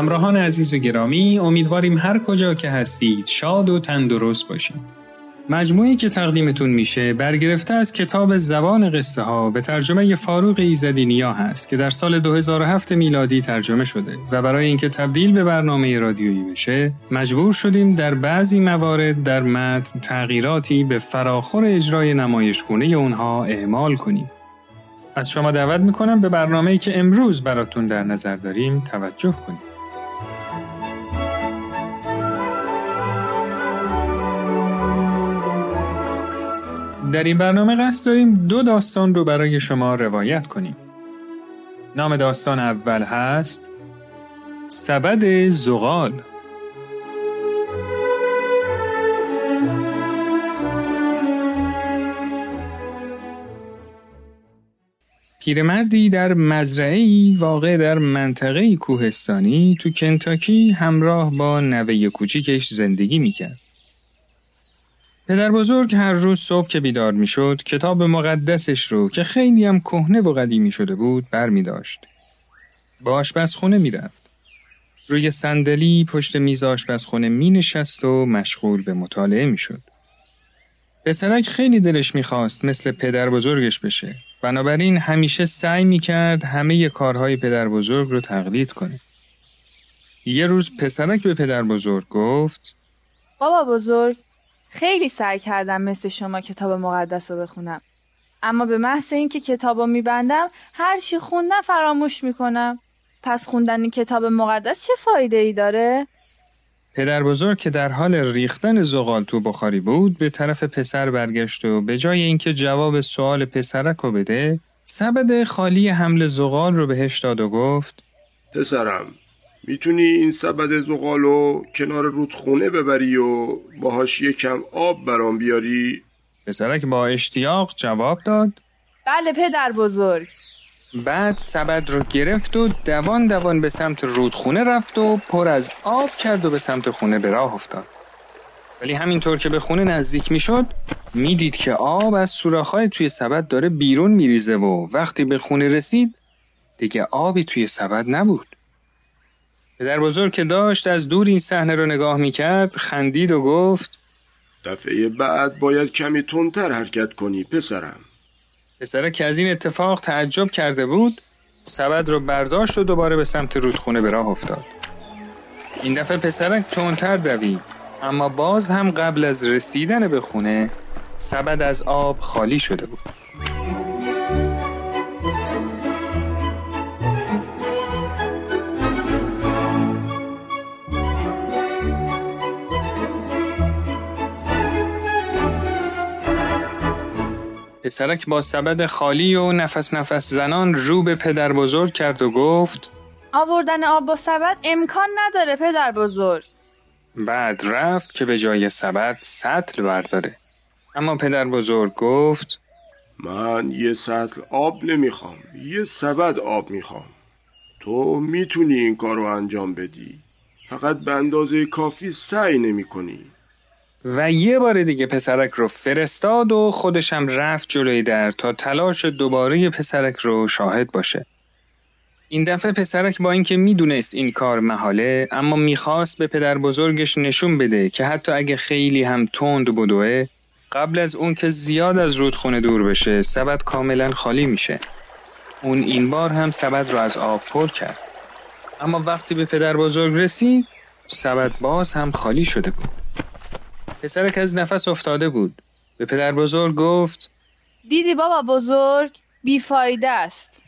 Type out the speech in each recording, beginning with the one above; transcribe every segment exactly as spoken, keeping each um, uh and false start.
همراهان عزیز و گرامی، امیدواریم هر کجا که هستید شاد و تندرست باشید. مجموعی که تقدیمتون میشه برگرفته از کتاب زبان قصه ها به ترجمه فاروق ایزدی نیا هست که در سال دو هزار و هفت میلادی ترجمه شده و برای اینکه تبدیل به برنامه رادیویی بشه مجبور شدیم در بعضی موارد در متن تغییراتی به فراخور اجرای نمایشگونه اونها اعمال کنیم. از شما دعوت میکنم به برنامه‌ای که امروز براتون در نظر داریم توجه کنید. در این برنامه قصد داریم دو داستان رو برای شما روایت کنیم. نام داستان اول هست سبد زغال. پیرمردی در مزرعه‌ای واقع در منطقه‌ای کوهستانی تو کنتاکی همراه با نوه کوچیکش زندگی می‌کرد. پدر بزرگ هر روز صبح که بیدار می شد کتاب مقدسش رو که خیلی هم کهنه و قدیمی شده بود بر می داشت. با آشپزخونه می رفت. روی صندلی پشت میز آشپزخونه می نشست و مشغول به مطالعه می شد. پسرک خیلی دلش می خواست مثل پدر بزرگش بشه. بنابراین همیشه سعی می کرد همه کارهای پدر بزرگ رو تقلید کنه. یه روز پسرک به پدر بزرگ گفت بابا بزرگ، خیلی سعی کردم مثل شما کتاب مقدس رو بخونم. اما به محض اینکه کتاب رو میبندم هر چی خوندم فراموش میکنم. پس خوندن این کتاب مقدس چه فایده ای داره؟ پدر بزرگ که در حال ریختن زغال تو بخاری بود به طرف پسر برگشت و به جای اینکه جواب سوال پسرک رو بده سبد خالی حمل زغال رو بهش داد و گفت پسرم، میتونی این سبد زغالو کنار رودخونه ببری و باهاش یکم آب برام بیاری؟ پسرک با اشتیاق جواب داد بله پدر بزرگ. بعد سبد رو گرفت و دوان دوان به سمت رودخونه رفت و پر از آب کرد و به سمت خونه به راه افتاد. ولی همینطور که به خونه نزدیک میشد میدید که آب از سوراخ‌های توی سبد داره بیرون میریزه و وقتی به خونه رسید دیگه آبی توی سبد نبود. پدر بزرگ که داشت از دور این صحنه رو نگاه میکرد خندید و گفت دفعه بعد باید کمی تندتر حرکت کنی پسرم. پسرک که از این اتفاق تعجب کرده بود سبد رو برداشت و دوباره به سمت رودخونه به راه افتاد. این دفعه پسرک تندتر دوید اما باز هم قبل از رسیدن به خونه سبد از آب خالی شده بود. پسرک با سبد خالی و نفس نفس زنان رو به پدر بزرگ کرد و گفت آوردن آب با سبد امکان نداره پدر بزرگ. بعد رفت که به جای سبد سطل برداره. اما پدر بزرگ گفت من یه سطل آب نمیخوام، یه سبد آب میخوام. تو میتونی این کار رو انجام بدی، فقط به اندازه کافی سعی نمی کنی. و یه بار دیگه پسرک رو فرستاد و خودش هم رفت جلوی در تا تلاش دوباره پسرک رو شاهد باشه. این دفعه پسرک با اینکه میدونست این کار محاله اما میخواست به پدر بزرگش نشون بده که حتی اگه خیلی هم تند بدوه قبل از اون که زیاد از رودخونه دور بشه سبد کاملا خالی میشه. اون این بار هم سبد رو از آب پر کرد. اما وقتی به پدر بزرگ رسید سبد باز هم خالی شده بود. پسرک از نفس افتاده بود. به پدر بزرگ گفت دیدی بابا بزرگ، بیفایده است.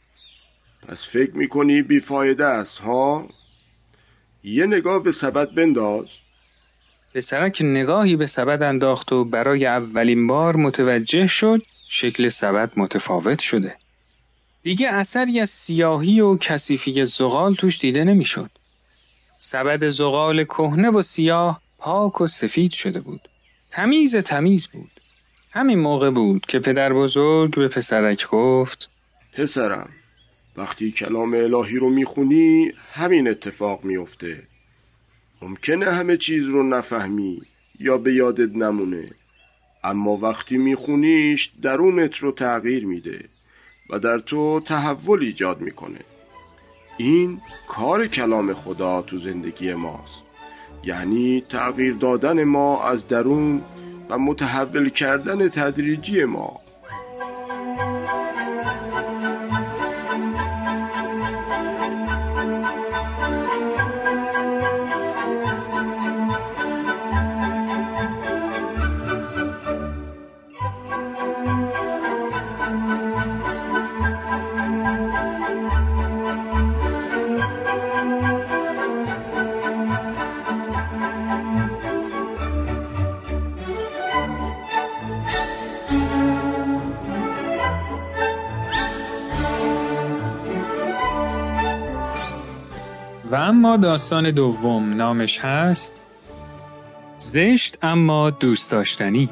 پس فکر میکنی بیفایده است ها؟ یه نگاه به سبد بنداز. پسرک نگاهی به سبد انداخت و برای اولین بار متوجه شد شکل سبد متفاوت شده. دیگه اثری از سیاهی و کثیفی زغال توش دیده نمیشد. سبد زغال کهنه و سیاه پاک و سفید شده بود. تمیز تمیز بود. همین موقع بود که پدر بزرگ به پسرک گفت پسرم، وقتی کلام الهی رو میخونی همین اتفاق میفته. ممکنه همه چیز رو نفهمی یا به یادت نمونه، اما وقتی میخونیش درونت رو تغییر میده و در تو تحول ایجاد میکنه. این کار کلام خدا تو زندگی ماست، یعنی تغییر دادن ما از درون و متحول کردن تدریجی ما. و اما داستان دوم نامش هست زشت اما دوست داشتنی.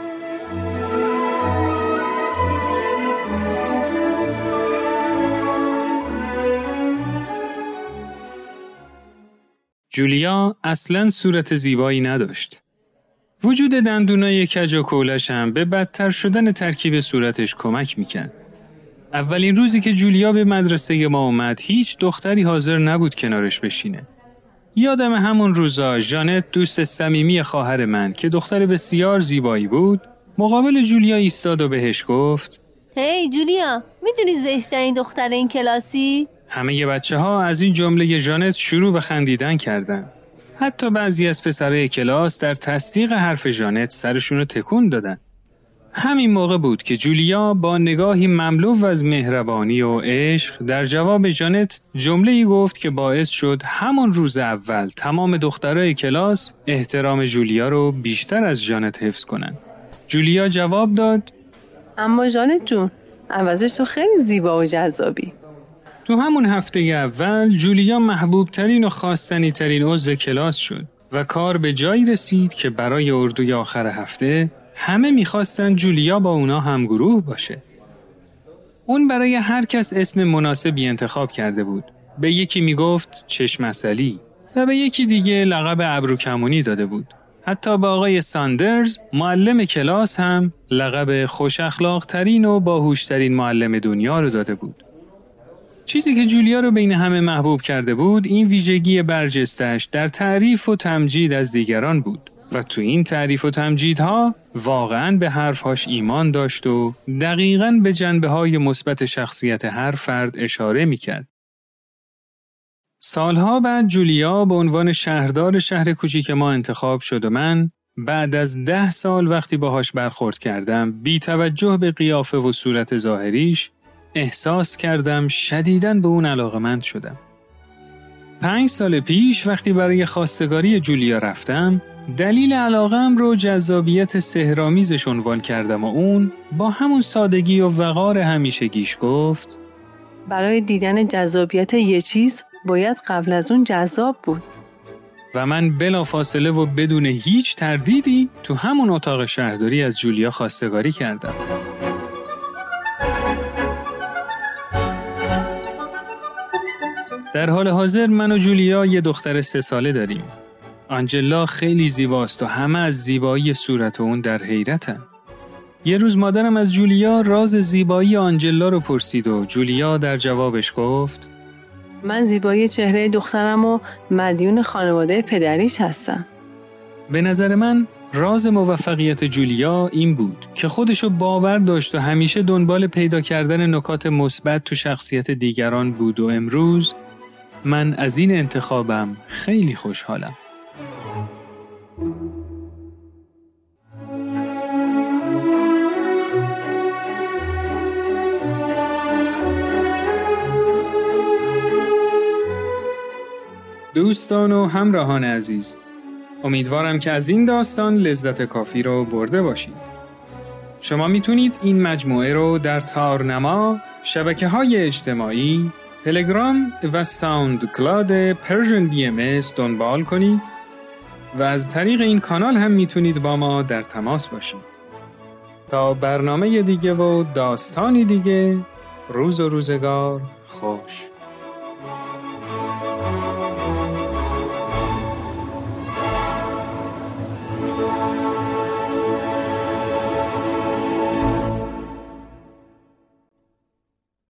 جولیا اصلاً صورت زیبایی نداشت. وجود دندونای کج و کولش هم به بدتر شدن ترکیب صورتش کمک میکرد. اولین روزی که جولیا به مدرسه ما اومد هیچ دختری حاضر نبود کنارش بشینه. یادم همون روزا ژانت دوست صمیمی خواهر من که دختر بسیار زیبایی بود مقابل جولیا ایستاد و بهش گفت هی جولیا، میدونی زشت‌ترین دختر این کلاسی؟ همه ی بچه ها از این جمله ژانت شروع به خندیدن کردن. حتی بعضی از پسرای کلاس در تصدیق حرف ژانت سرشون رو تکون دادن. همین موقع بود که جولیا با نگاهی مملو از مهربانی و عشق در جواب ژانت جمله‌ای گفت که باعث شد همون روز اول تمام دخترای کلاس احترام جولیا رو بیشتر از ژانت حفظ کنن. جولیا جواب داد اما ژانت جون، عوضش تو خیلی زیبا و جذابی. تو همون هفته اول جولیا محبوب ترین و خواستنی ترین عضو کلاس شد و کار به جایی رسید که برای اردوی آخر هفته همه میخواستن جولیا با اونا همگروه باشه. اون برای هر کس اسم مناسبی انتخاب کرده بود. به یکی میگفت چشم عسلی و به یکی دیگه لقب ابروکمونی داده بود. حتی با آقای ساندرز معلم کلاس هم لقب خوش اخلاق ترین و باهوش ترین معلم دنیا رو داده بود. چیزی که جولیا رو بین همه محبوب کرده بود این ویژگی برجستش در تعریف و تمجید از دیگران بود و تو این تعریف و تمجیدها واقعاً به حرفهاش ایمان داشت و دقیقاً به جنبه‌های مثبت شخصیت هر فرد اشاره می‌کرد. سالها بعد جولیا به عنوان شهردار شهر کوچیک ما انتخاب شد و من بعد از ده سال وقتی باهاش برخورد کردم بی توجه به قیافه و صورت ظاهریش احساس کردم شدیداً به اون علاقه‌مند شدم. پنج سال پیش وقتی برای خواستگاری جولیا رفتم دلیل علاقه‌ام رو جذابیت سحرآمیزش عنوان کردم و اون با همون سادگی و وقار همیشگیش گفت برای دیدن جذابیت یه چیز باید قبل از اون جذاب بود. و من بلافاصله و بدون هیچ تردیدی تو همون اتاق شهرداری از جولیا خواستگاری کردم. در حال حاضر من و جولیا یه دختر سه ساله داریم. آنجلا خیلی زیباست و همه از زیبایی صورت اون در حیرتن. یه روز مادرم از جولیا راز زیبایی آنجلا رو پرسید و جولیا در جوابش گفت من زیبایی چهره دخترم و مدیون خانواده پدریش هستم. به نظر من راز موفقیت جولیا این بود که خودشو باور داشت و همیشه دنبال پیدا کردن نکات مثبت تو شخصیت دیگران بود و امروز من از این انتخابم خیلی خوشحالم. دوستان و همراهان عزیز، امیدوارم که از این داستان لذت کافی رو برده باشید. شما میتونید این مجموعه رو در تارنما، شبکه‌های اجتماعی، تلگرام و ساوند کلاد پرژن بی ام اس دنبال کنید و از طریق این کانال هم میتونید با ما در تماس باشید. تا برنامه دیگه و داستانی دیگه، روز و روزگار خوش.